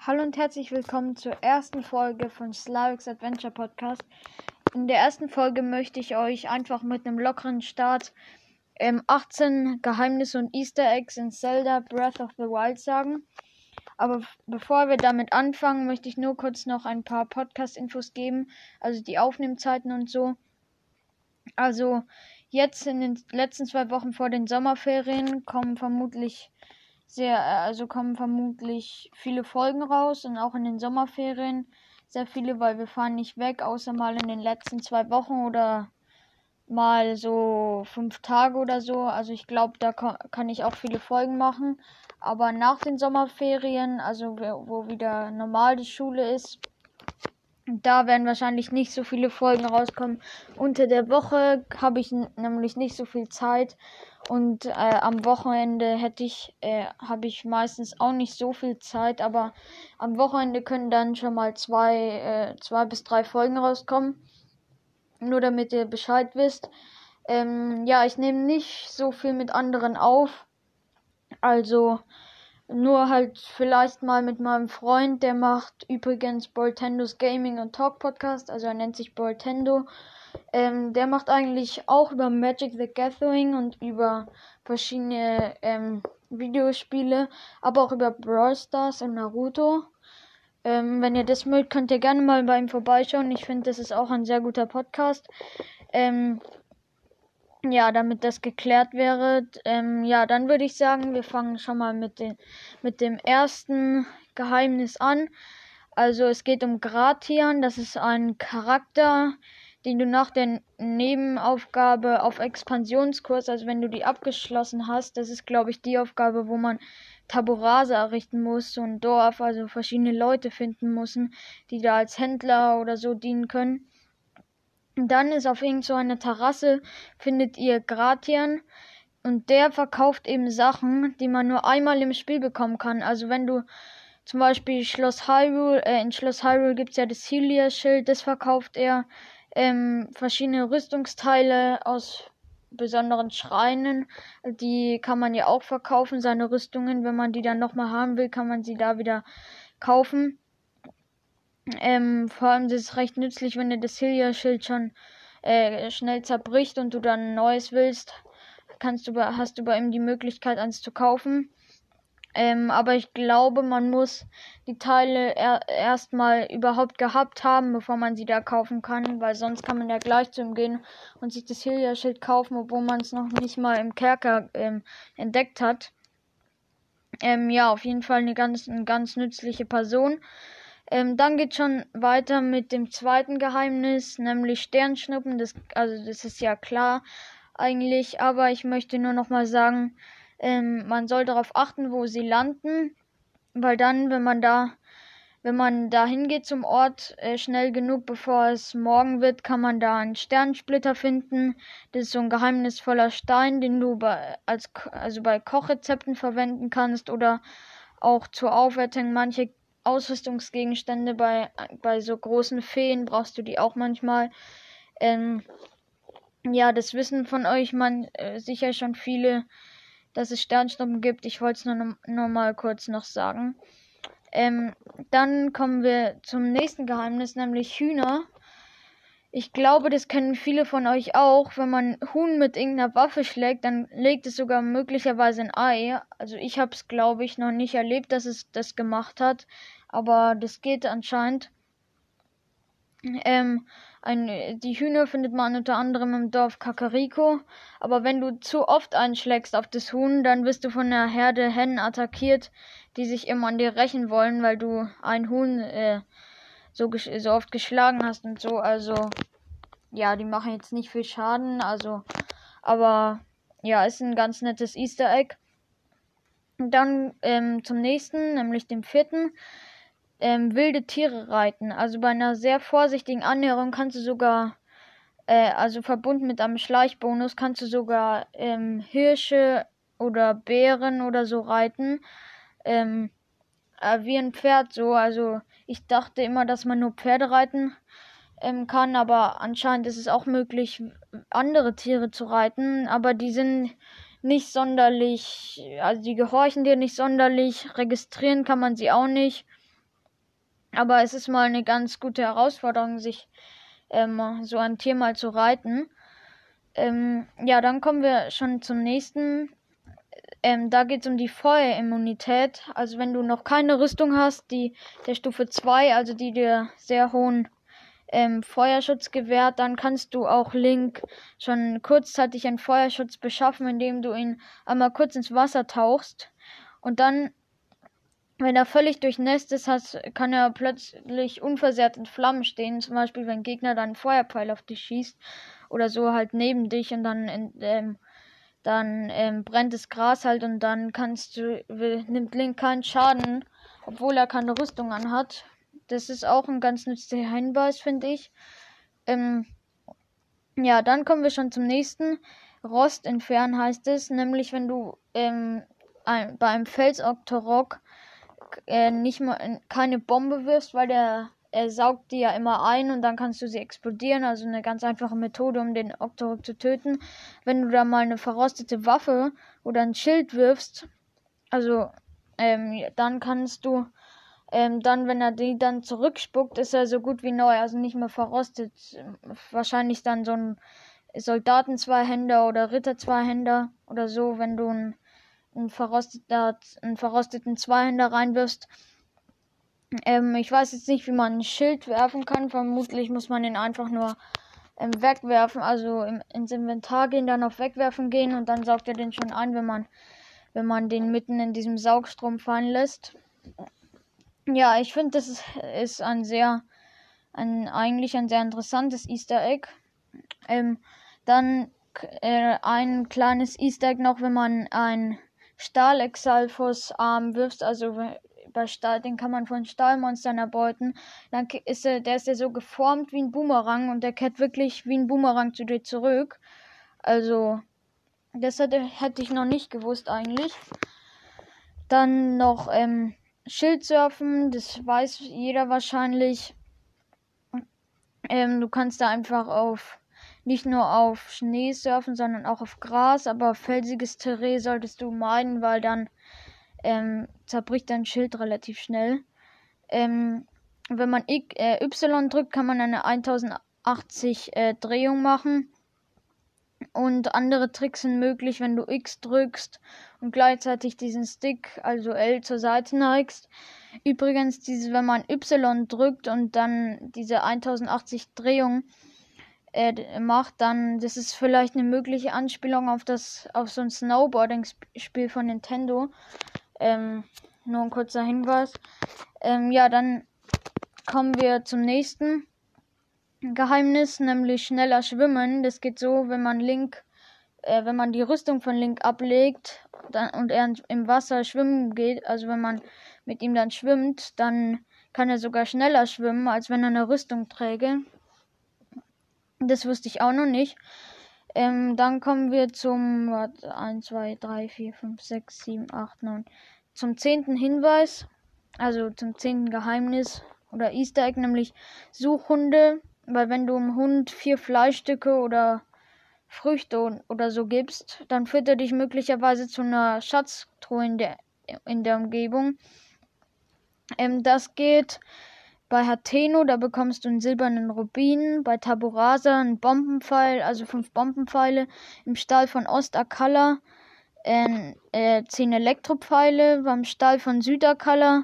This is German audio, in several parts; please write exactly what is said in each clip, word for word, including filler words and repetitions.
Hallo und herzlich willkommen zur ersten Folge von Slavic's Adventure Podcast. In der ersten Folge möchte ich euch einfach mit einem lockeren Start ähm, achtzehn Geheimnisse und Easter Eggs in Zelda Breath of the Wild sagen. Aber f- bevor wir damit anfangen, möchte ich nur kurz noch ein paar Podcast-Infos geben, also die Aufnehmzeiten und so. Also jetzt in den letzten zwei Wochen vor den Sommerferien kommen vermutlich sehr, also kommen vermutlich viele Folgen raus und auch in den Sommerferien sehr viele, weil wir fahren nicht weg, außer mal in den letzten zwei Wochen oder mal so fünf Tage oder so. Also ich glaube, da ko- kann ich auch viele Folgen machen. Aber nach den Sommerferien, also wo wo wieder normal die Schule ist, da werden wahrscheinlich nicht so viele Folgen rauskommen. Unter der Woche habe ich n- nämlich nicht so viel Zeit und äh, am Wochenende hätte ich, äh, habe ich meistens auch nicht so viel Zeit, aber am Wochenende können dann schon mal zwei, äh, zwei bis drei Folgen rauskommen. Nur damit ihr Bescheid wisst. Ähm, ja, ich nehme nicht so viel mit anderen auf. Also nur halt vielleicht mal mit meinem Freund, der macht übrigens Boltendos Gaming und Talk Podcast, also er nennt sich Boltendo. Ähm, der macht eigentlich auch über Magic the Gathering und über verschiedene ähm, Videospiele, aber auch über Brawl Stars und Naruto. Ähm, wenn ihr das mögt, könnt ihr gerne mal bei ihm vorbeischauen. Ich finde, das ist auch ein sehr guter Podcast. Ähm, ja, damit das geklärt wäre, ähm, ja, dann würde ich sagen, wir fangen schon mal mit, den, mit dem ersten Geheimnis an. Also es geht um Gratian, das ist ein Charakter, den du nach der Nebenaufgabe auf Expansionskurs, also wenn du die abgeschlossen hast, das ist, glaube ich, die Aufgabe, wo man Taborase errichten muss, so ein Dorf, also verschiedene Leute finden müssen, die da als Händler oder so dienen können. Und dann ist auf irgend so einer Terrasse, findet ihr Gratian und der verkauft eben Sachen, die man nur einmal im Spiel bekommen kann. Also wenn du zum Beispiel Schloss Hyrule, äh, in Schloss Hyrule gibt's ja das Hylia-Schild, das verkauft er, ähm, verschiedene Rüstungsteile aus besonderen Schreinen, die kann man ja auch verkaufen, seine Rüstungen, wenn man die dann nochmal haben will, kann man sie da wieder kaufen. Ähm, vor allem ist es recht nützlich, wenn dir das Hylia-Schild schon äh, schnell zerbricht und du dann ein neues willst, kannst du bei, hast du bei ihm die Möglichkeit, eins zu kaufen. Ähm, aber ich glaube, man muss die Teile er, erstmal überhaupt gehabt haben, bevor man sie da kaufen kann, weil sonst kann man ja gleich zu ihm gehen und sich das Hylia-Schild kaufen, obwohl man es noch nicht mal im Kerker ähm, entdeckt hat. Ähm, ja, auf jeden Fall eine ganz, eine ganz nützliche Person. Ähm, dann geht schon weiter mit dem zweiten Geheimnis, nämlich Sternschnuppen. Das, also das ist ja klar eigentlich, aber ich möchte nur noch mal sagen, ähm, man soll darauf achten, wo sie landen, weil dann, wenn man da, wenn man da hingeht zum Ort äh, schnell genug, bevor es morgen wird, kann man da einen Sternsplitter finden. Das ist so ein geheimnisvoller Stein, den du bei, als, also bei Kochrezepten verwenden kannst oder auch zur Aufwertung manche Ausrüstungsgegenstände bei, bei so großen Feen brauchst du die auch manchmal. Ähm, ja, das wissen von euch man äh, sicher schon viele, dass es Sternschnuppen gibt. Ich wollte es nur, nur mal kurz noch sagen. Ähm, dann kommen wir zum nächsten Geheimnis, nämlich Hühner. Ich glaube, das kennen viele von euch auch. Wenn man Huhn mit irgendeiner Waffe schlägt, dann legt es sogar möglicherweise ein Ei. Also ich habe es, glaube ich, noch nicht erlebt, dass es das gemacht hat. Aber das geht anscheinend. Ähm, ein, die Hühner findet man unter anderem im Dorf Kakariko. Aber wenn du zu oft einschlägst auf das Huhn, dann wirst du von einer Herde Hennen attackiert, die sich immer an dir rächen wollen, weil du ein Huhn äh, so, so oft geschlagen hast und so. Also ja, die machen jetzt nicht viel Schaden, also, aber ja, ist ein ganz nettes Easter Egg. Und dann ähm, zum nächsten, nämlich dem vierten, ähm, wilde Tiere reiten. Also bei einer sehr vorsichtigen Annäherung kannst du sogar, äh, also verbunden mit einem Schleichbonus, kannst du sogar ähm, Hirsche oder Bären oder so reiten. Ähm, äh, wie ein Pferd so. Also ich dachte immer, dass man nur Pferde reiten ähm, kann, aber anscheinend ist es auch möglich, andere Tiere zu reiten, aber die sind nicht sonderlich, also die gehorchen dir nicht sonderlich, registrieren kann man sie auch nicht. Aber es ist mal eine ganz gute Herausforderung, sich ähm, so ein Tier mal zu reiten. Ähm, ja, dann kommen wir schon zum nächsten. Ähm, da geht es um die Feuerimmunität. Also wenn du noch keine Rüstung hast, die der Stufe zwei, also die dir sehr hohen ähm, Feuerschutz gewährt, dann kannst du auch Link schon kurzzeitig einen Feuerschutz beschaffen, indem du ihn einmal kurz ins Wasser tauchst. Und dann, wenn er völlig durchnässt ist, hast, kann er plötzlich unversehrt in Flammen stehen. Zum Beispiel, wenn ein Gegner dann einen Feuerpfeil auf dich schießt oder so halt neben dich und dann in, ähm, dann ähm, brennt das Gras halt und dann kannst du, nimmt Link keinen Schaden, obwohl er keine Rüstung anhat. Das ist auch ein ganz nützlicher Hinweis, finde ich. Ähm, ja, dann kommen wir schon zum nächsten. Rost entfernen heißt es, nämlich wenn du ähm, ein, bei einem Felsoktorok äh, nicht mal keine Bombe wirfst, weil der er saugt die ja immer ein und dann kannst du sie explodieren. Also eine ganz einfache Methode, um den Octorok zu töten. Wenn du da mal eine verrostete Waffe oder ein Schild wirfst, also ähm, dann kannst du, ähm, dann, wenn er die dann zurückspuckt, ist er so gut wie neu, also nicht mehr verrostet. Wahrscheinlich dann so ein Soldaten-Zweihänder oder Ritter-Zweihänder oder so, wenn du einen, einen, verrosteter, einen verrosteten Zweihänder reinwirfst. Ähm, ich weiß jetzt nicht, wie man ein Schild werfen kann. Vermutlich muss man den einfach nur ähm, wegwerfen, also im, ins Inventar gehen, dann auf Wegwerfen gehen und dann saugt er den schon ein, wenn man, wenn man den mitten in diesem Saugstrom fallen lässt. Ja, ich finde, das ist, ist ein sehr, ein, eigentlich ein sehr interessantes Easter Egg. Ähm, dann äh, ein kleines Easter Egg noch, wenn man ein Stahl-Exalfos-Arm wirft, also bei Stahl, den kann man von Stahlmonstern erbeuten, dann ist er, der ist ja so geformt wie ein Boomerang und der kehrt wirklich wie ein Boomerang zu dir zurück. Also, das hätte, hätte ich noch nicht gewusst eigentlich. Dann noch ähm, Schildsurfen, das weiß jeder wahrscheinlich. Ähm, du kannst da einfach auf, nicht nur auf Schnee surfen, sondern auch auf Gras, aber felsiges Terrain solltest du meiden, weil dann ähm, zerbricht dein Schild relativ schnell. Ähm, wenn man I, äh, Y drückt, kann man eine tausendachtzig äh, Drehung machen. Und andere Tricks sind möglich, wenn du X drückst und gleichzeitig diesen Stick, also L, zur Seite neigst. Übrigens, diese, wenn man Y drückt und dann diese tausendachtzig Drehung äh, macht, dann, das ist vielleicht eine mögliche Anspielung auf das, auf so ein Snowboarding-Spiel von Nintendo. Ähm, nur ein kurzer Hinweis. Ähm, ja, dann kommen wir zum nächsten Geheimnis, nämlich schneller schwimmen. Das geht so, wenn man Link, äh, wenn man die Rüstung von Link ablegt dann, und er im Wasser schwimmen geht, also wenn man mit ihm dann schwimmt, dann kann er sogar schneller schwimmen, als wenn er eine Rüstung träge. Das wusste ich auch noch nicht. Ähm, dann kommen wir zum eins, zwei, drei, vier, fünf, sechs, sieben, acht, neun. Zum zehnten Hinweis, also zum zehnten Geheimnis oder Easter Egg, nämlich Suchhunde. Weil wenn du einem Hund vier Fleischstücke oder Früchte oder so gibst, dann führt er dich möglicherweise zu einer Schatztruhe in der, in der Umgebung. Ähm, das geht bei Hateno, da bekommst du einen silbernen Rubin. Bei Taborasa einen Bombenpfeil, also fünf Bombenpfeile. Im Stall von Ostakalla äh, äh, zehn Elektropfeile. Beim Stall von Südakalla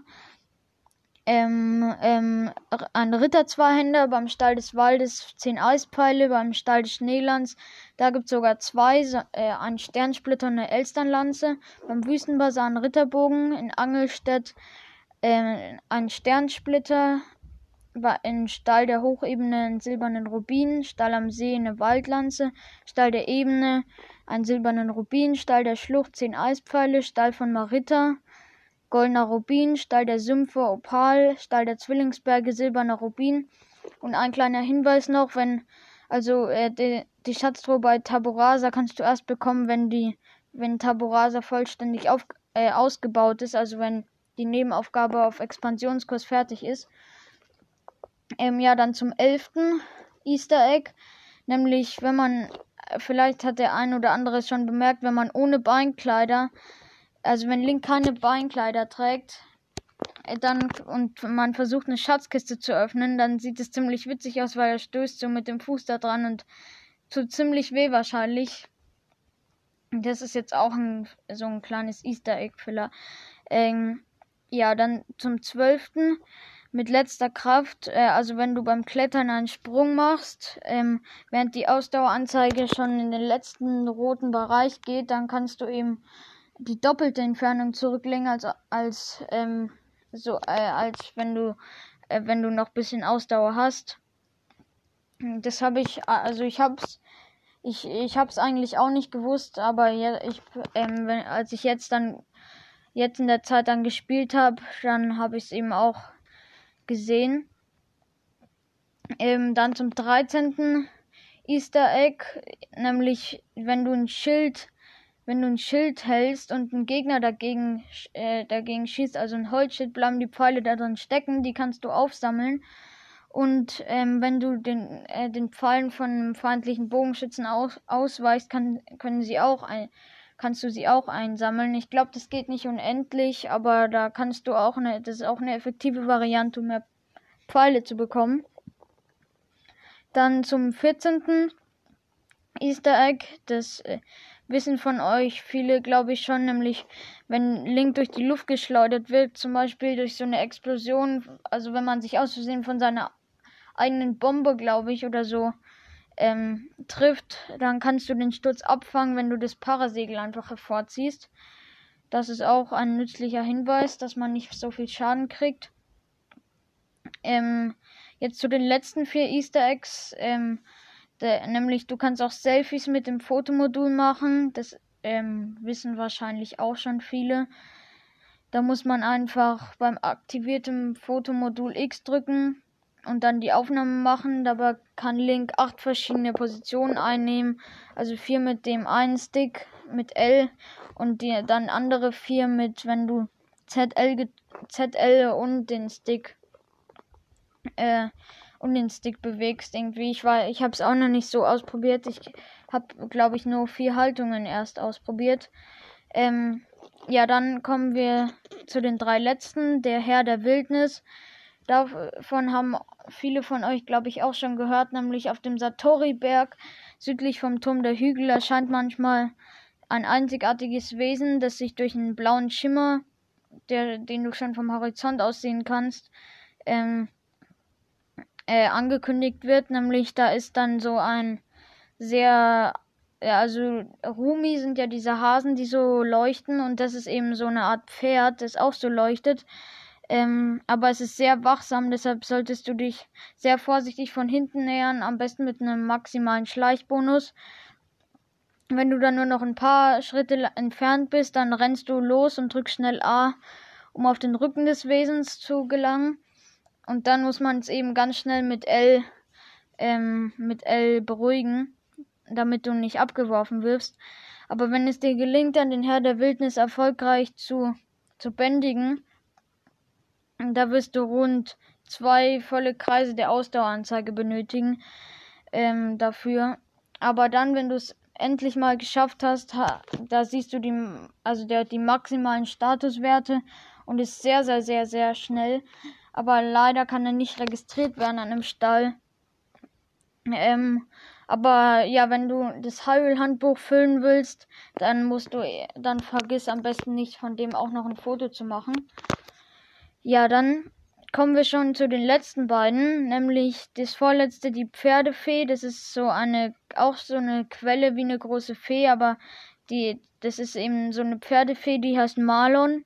Ähm, ähm, ein Ritter-Zweihänder, beim Stall des Waldes zehn Eispfeile, beim Stall des Schneelands, da gibt es sogar zwei, äh, ein Sternsplitter und eine Elsternlanze, beim Wüstenbasar ein Ritterbogen, in Angelstedt äh, ein Sternsplitter, im Stall der Hochebene einen silbernen Rubin, Stall am See eine Waldlanze, Stall der Ebene einen silbernen Rubin, Stall der Schlucht zehn Eispfeile, Stall von Marita goldener Rubin, Stall der Sümpfe Opal, Stall der Zwillingsberge silberner Rubin. Und ein kleiner Hinweis noch, wenn also äh, die, die Schatztruhe bei Taborasa kannst du erst bekommen, wenn die wenn Taborasa vollständig auf, äh, ausgebaut ist, also wenn die Nebenaufgabe auf Expansionskurs fertig ist. Ähm, ja, dann zum elften Easter Egg, nämlich wenn man, vielleicht hat der ein oder andere es schon bemerkt, wenn man ohne Beinkleider, also wenn Link keine Beinkleider trägt, äh, dann und man versucht eine Schatzkiste zu öffnen, dann sieht es ziemlich witzig aus, weil er stößt so mit dem Fuß da dran und tut ziemlich weh wahrscheinlich. Das ist jetzt auch ein, so ein kleines Easter Egg Filler. Ähm, ja, dann zum zwölften mit letzter Kraft, äh, also wenn du beim Klettern einen Sprung machst, ähm, während die Ausdaueranzeige schon in den letzten roten Bereich geht, dann kannst du eben die doppelte Entfernung zurücklegen, als, als, ähm, so, äh, als wenn du, äh, wenn du noch ein bisschen Ausdauer hast. Das habe ich, also ich hab's, ich, ich hab's eigentlich auch nicht gewusst, aber ja, ich, ähm, wenn, als ich jetzt dann, jetzt in der Zeit dann gespielt habe, dann habe ich es eben auch gesehen. Ähm, dann zum dreizehnten Easter Egg, nämlich wenn du ein Schild, wenn du ein Schild hältst und ein Gegner dagegen, äh, dagegen schießt, also ein Holzschild, bleiben die Pfeile da drin stecken, die kannst du aufsammeln. Und ähm, wenn du den, äh, den Pfeilen von einem feindlichen Bogenschützen aus, ausweichst, kann, können sie auch ein, kannst du sie auch einsammeln. Ich glaube, das geht nicht unendlich, aber da kannst du auch eine, das ist auch eine effektive Variante, um mehr Pfeile zu bekommen. Dann zum vierzehnten Easter Egg, das äh, wissen von euch viele, glaube ich schon, nämlich wenn Link durch die Luft geschleudert wird, zum Beispiel durch so eine Explosion, also wenn man sich aus Versehen von seiner eigenen Bombe, glaube ich, oder so ähm, trifft, dann kannst du den Sturz abfangen, wenn du das Parasegel einfach hervorziehst. Das ist auch ein nützlicher Hinweis, dass man nicht so viel Schaden kriegt. Ähm, jetzt zu den letzten vier Easter Eggs, ähm, der, nämlich du kannst auch Selfies mit dem Fotomodul machen, das ähm, wissen wahrscheinlich auch schon viele. Da muss man einfach beim aktivierten Fotomodul X drücken und dann die Aufnahme machen. Dabei kann Link acht verschiedene Positionen einnehmen, also vier mit dem einen Stick mit L und die, dann andere vier mit, wenn du Z L, Z L und den Stick äh, und den Stick bewegst irgendwie. Ich war, ich habe es auch noch nicht so ausprobiert. Ich habe, glaube ich, nur vier Haltungen erst ausprobiert. Ähm, ja, dann kommen wir zu den drei letzten. Der Herr der Wildnis. Davon haben viele von euch, glaube ich, auch schon gehört, nämlich auf dem Satori-Berg südlich vom Turm der Hügel erscheint manchmal ein einzigartiges Wesen, das sich durch einen blauen Schimmer, der, den du schon vom Horizont aus sehen kannst, ähm, äh, angekündigt wird. Nämlich da ist dann so ein sehr, ja, also Rumi sind ja diese Hasen, die so leuchten, und das ist eben so eine Art Pferd, das auch so leuchtet. Ähm, aber es ist sehr wachsam, deshalb solltest du dich sehr vorsichtig von hinten nähern, am besten mit einem maximalen Schleichbonus. Wenn du dann nur noch ein paar Schritte entfernt bist, dann rennst du los und drückst schnell A, um auf den Rücken des Wesens zu gelangen. Und dann muss man es eben ganz schnell mit L, ähm, mit L beruhigen, damit du nicht abgeworfen wirst. Aber wenn es dir gelingt, dann den Herr der Wildnis erfolgreich zu, zu bändigen, da wirst du rund zwei volle Kreise der Ausdaueranzeige benötigen ähm, dafür. Aber dann, wenn du es endlich mal geschafft hast, ha, da siehst du die, also der, die maximalen Statuswerte und ist sehr, sehr, sehr, sehr schnell. Aber leider kann er nicht registriert werden an einem Stall. Ähm, aber ja, wenn du das Hyrule-Handbuch füllen willst, dann musst du, dann vergiss am besten nicht, von dem auch noch ein Foto zu machen. Ja, dann kommen wir schon zu den letzten beiden, nämlich das vorletzte, die Pferdefee. Das ist so eine, auch so eine Quelle wie eine große Fee, aber die, das ist eben so eine Pferdefee, die heißt Marlon.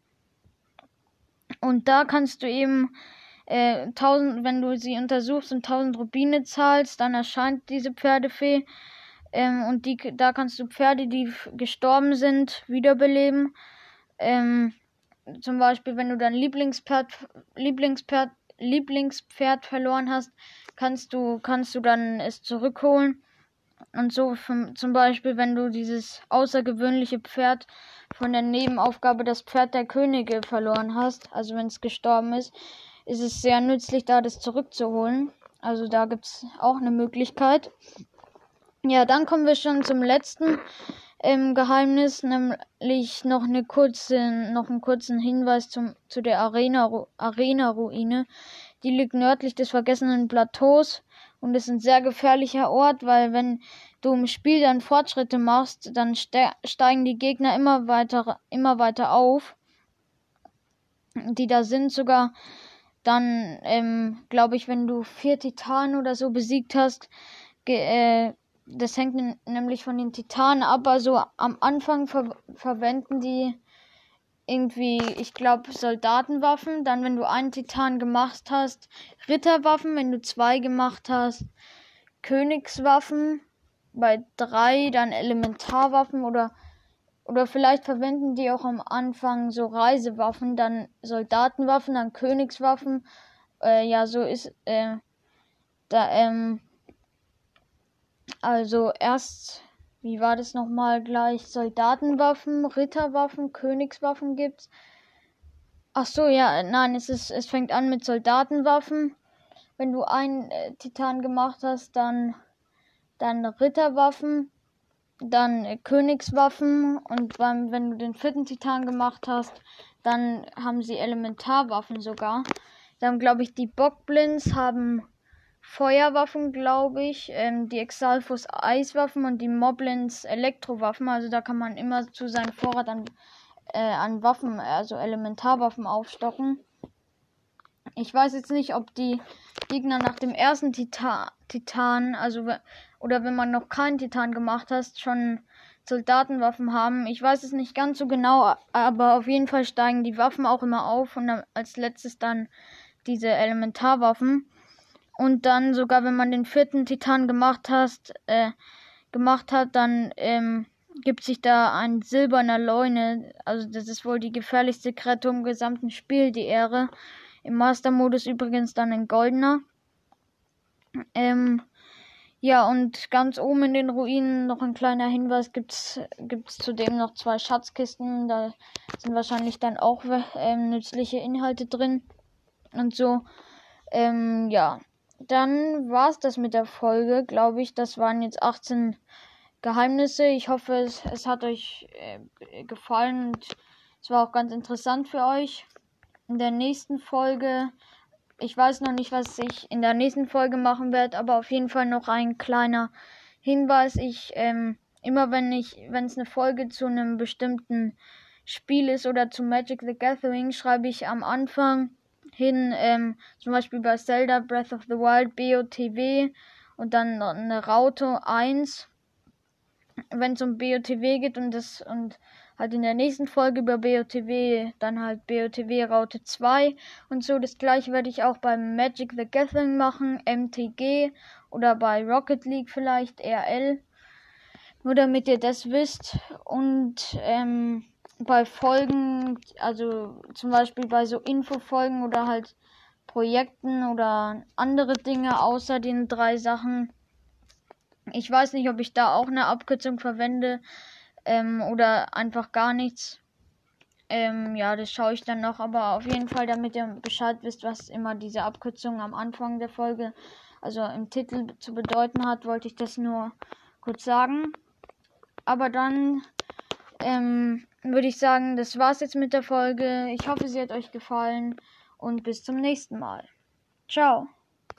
Und da kannst du eben äh, tausend, wenn du sie untersuchst und tausend Rubine zahlst, dann erscheint diese Pferdefee. Ähm, und die, da kannst du Pferde, die gestorben sind, wiederbeleben. Ähm, Zum Beispiel, wenn du dein Lieblingspferd, Lieblingspferd, Lieblingspferd verloren hast, kannst du, kannst du dann es zurückholen. Und so vom, zum Beispiel, wenn du dieses außergewöhnliche Pferd von der Nebenaufgabe das Pferd der Könige verloren hast, also wenn es gestorben ist, ist es sehr nützlich, da das zurückzuholen. Also da gibt es auch eine Möglichkeit. Ja, dann kommen wir schon zum letzten ähm, Geheimnis, nämlich noch eine kurze, noch einen kurzen Hinweis zum, zu der Arena, Arena-Ruine. Die liegt nördlich des vergessenen Plateaus und ist ein sehr gefährlicher Ort, weil wenn du im Spiel dann Fortschritte machst, dann ste steigen die Gegner immer weiter, immer weiter auf, die da sind. Sogar dann, ähm, glaube ich, wenn du vier Titanen oder so besiegt hast, äh, das hängt nämlich von den Titanen ab. Also am Anfang ver verwenden die irgendwie, ich glaube, Soldatenwaffen. Dann, wenn du einen Titan gemacht hast, Ritterwaffen. Wenn du zwei gemacht hast, Königswaffen. Bei drei dann Elementarwaffen oder oder vielleicht verwenden die auch am Anfang so Reisewaffen, dann Soldatenwaffen, dann Königswaffen. Äh, ja, so ist äh, da ähm also erst, wie war das nochmal gleich? Soldatenwaffen, Ritterwaffen, Königswaffen gibt's. Ach so, ja, nein, es ist, es fängt an mit Soldatenwaffen. Wenn du einen äh, Titan gemacht hast, dann, dann Ritterwaffen, dann äh, Königswaffen und beim, wenn du den vierten Titan gemacht hast, dann haben sie Elementarwaffen sogar. Dann glaube ich, die Bockblins haben Feuerwaffen, glaube ich, ähm, die Exalfos Eiswaffen und die Moblins Elektrowaffen. Also da kann man immer zu seinem Vorrat an, äh, an Waffen, also Elementarwaffen aufstocken. Ich weiß jetzt nicht, ob die Gegner nach dem ersten Tita Titan, also oder wenn man noch keinen Titan gemacht hat, schon Soldatenwaffen haben. Ich weiß es nicht ganz so genau, aber auf jeden Fall steigen die Waffen auch immer auf und dann als letztes dann diese Elementarwaffen. Und dann sogar, wenn man den vierten Titan gemacht hat, äh, gemacht hat, dann ähm, gibt sich da ein silberner Leune. Also das ist wohl die gefährlichste Kreatur im gesamten Spiel, die Ehre. Im Master-Modus übrigens dann ein goldener. Ähm, ja, und ganz oben in den Ruinen noch ein kleiner Hinweis, gibt's gibt's zudem noch zwei Schatzkisten. Da sind wahrscheinlich dann auch ähm, nützliche Inhalte drin und so. Ähm, ja. Dann war es das mit der Folge, glaube ich. Das waren jetzt achtzehn Geheimnisse. Ich hoffe, es, es hat euch äh, gefallen und es war auch ganz interessant für euch. In der nächsten Folge, ich weiß noch nicht, was ich in der nächsten Folge machen werde, aber auf jeden Fall noch ein kleiner Hinweis. Ich, ähm, immer wenn ich, wenn es eine Folge zu einem bestimmten Spiel ist oder zu Magic the Gathering, schreibe ich am Anfang hin, ähm, zum Beispiel bei Zelda Breath of the Wild B O T W und dann eine Raute eins, wenn es um B O T W geht und das und halt in der nächsten Folge über B O T W dann halt B O T W Raute zwei und so. Das gleiche werde ich auch beim Magic the Gathering machen, M T G oder bei Rocket League vielleicht R L, nur damit ihr das wisst. Und ähm, bei Folgen, also zum Beispiel bei so Infofolgen oder halt Projekten oder andere Dinge außer den drei Sachen. Ich weiß nicht, ob ich da auch eine Abkürzung verwende ähm, oder einfach gar nichts. Ähm, ja, das schaue ich dann noch, aber auf jeden Fall, damit ihr Bescheid wisst, was immer diese Abkürzung am Anfang der Folge, also im Titel zu bedeuten hat, wollte ich das nur kurz sagen. Aber dann ähm, würde ich sagen, das war's jetzt mit der Folge. Ich hoffe, sie hat euch gefallen und bis zum nächsten Mal. Ciao.